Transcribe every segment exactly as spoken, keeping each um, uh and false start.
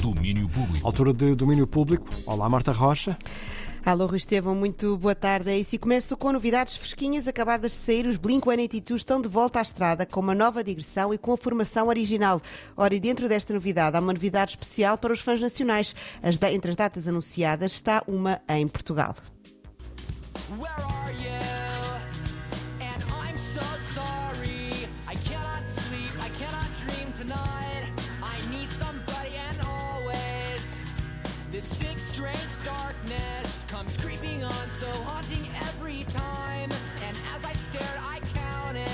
Domínio Público. Altura de Domínio Público. Olá, Marta Rocha. Alô, Rui Estevão, muito boa tarde. E se começo com novidades fresquinhas acabadas de sair, os Blink cento e oitenta e dois estão de volta à estrada com uma nova digressão e com a formação original. Ora, e dentro desta novidade há uma novidade especial para os fãs nacionais. As, entre as datas anunciadas está uma em Portugal. This sick, strange darkness comes creeping on, so haunting every time. And as I stared, I counted.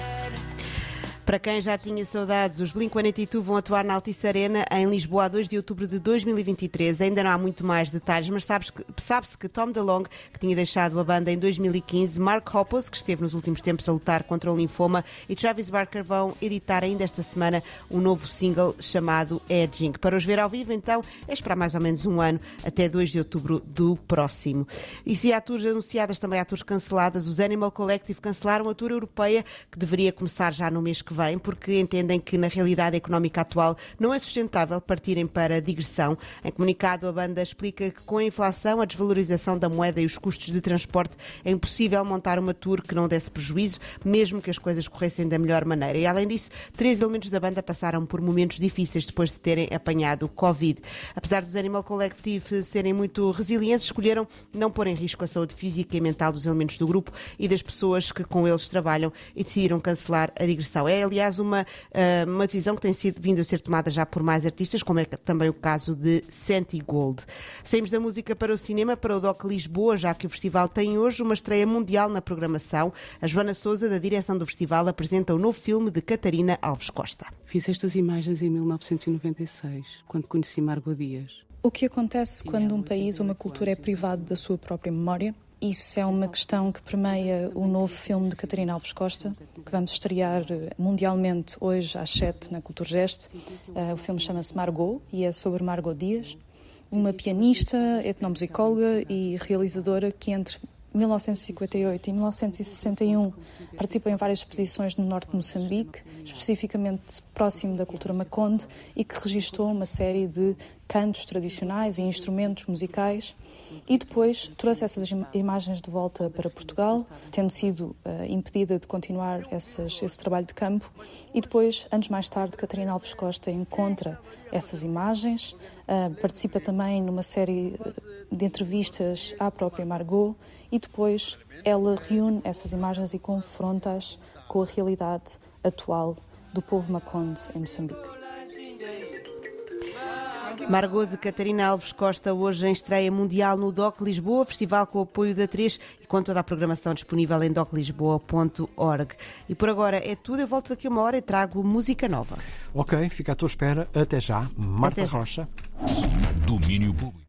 Para quem já tinha saudades, os Blink cento e oitenta e dois vão atuar na Altice Arena em Lisboa a dois de outubro de dois mil e vinte e três. Ainda não há muito mais detalhes, mas sabes que, sabe-se que Tom DeLonge, que tinha deixado a banda em dois mil e quinze, Mark Hoppus, que esteve nos últimos tempos a lutar contra o linfoma, e Travis Barker vão editar ainda esta semana um novo single chamado Edging. Para os ver ao vivo, então, é esperar mais ou menos um ano, até dois de outubro do próximo. E se há tours anunciadas, também há tours canceladas. Os Animal Collective cancelaram a tour europeia, que deveria começar já no mês que vem, porque entendem que na realidade económica atual não é sustentável partirem para a digressão. Em comunicado, a banda explica que com a inflação, a desvalorização da moeda e os custos de transporte é impossível montar uma tour que não desse prejuízo, mesmo que as coisas corressem da melhor maneira. E além disso, três elementos da banda passaram por momentos difíceis depois de terem apanhado o Covid. Apesar dos Animal Collective serem muito resilientes, escolheram não pôr em risco a saúde física e mental dos elementos do grupo e das pessoas que com eles trabalham, e decidiram cancelar a digressão. É, aliás, uma, uma decisão que tem sido, vindo a ser tomada já por mais artistas, como é também o caso de Santi Gold. Saímos da música para o cinema, para o D O C Lisboa, já que o festival tem hoje uma estreia mundial na programação. A Joana Sousa, da direção do festival, apresenta o novo filme de Catarina Alves Costa. Fiz estas imagens em mil novecentos e noventa e seis, quando conheci Margot Dias. O que acontece quando um país ou uma cultura é privado da sua própria memória? Isso é uma questão que permeia o novo filme de Catarina Alves Costa, que vamos estrear mundialmente hoje às sete na Culturgest. Uh, o filme chama-se Margot e é sobre Margot Dias, uma pianista, etnomusicóloga e realizadora que entre mil novecentos e cinquenta e oito e mil novecentos e sessenta e um participou em várias expedições no norte de Moçambique, especificamente próximo da cultura Maconde, e que registou uma série de cantos tradicionais e instrumentos musicais, e depois trouxe essas imagens de volta para Portugal, tendo sido uh, impedida de continuar essas, esse trabalho de campo, e depois, anos mais tarde, Catarina Alves Costa encontra essas imagens, uh, participa também numa série de entrevistas à própria Margot, e depois ela reúne essas imagens e confronta-as com a realidade atual do povo Maconde em Moçambique. Margot, de Catarina Alves Costa, hoje em estreia mundial no D O C Lisboa, festival com o apoio da três e com toda a programação disponível em doc lisboa ponto org. E por agora é tudo, eu volto daqui a uma hora e trago música nova. Ok, fica à tua espera. Até já, Marta Até já. Rocha. Domínio Público.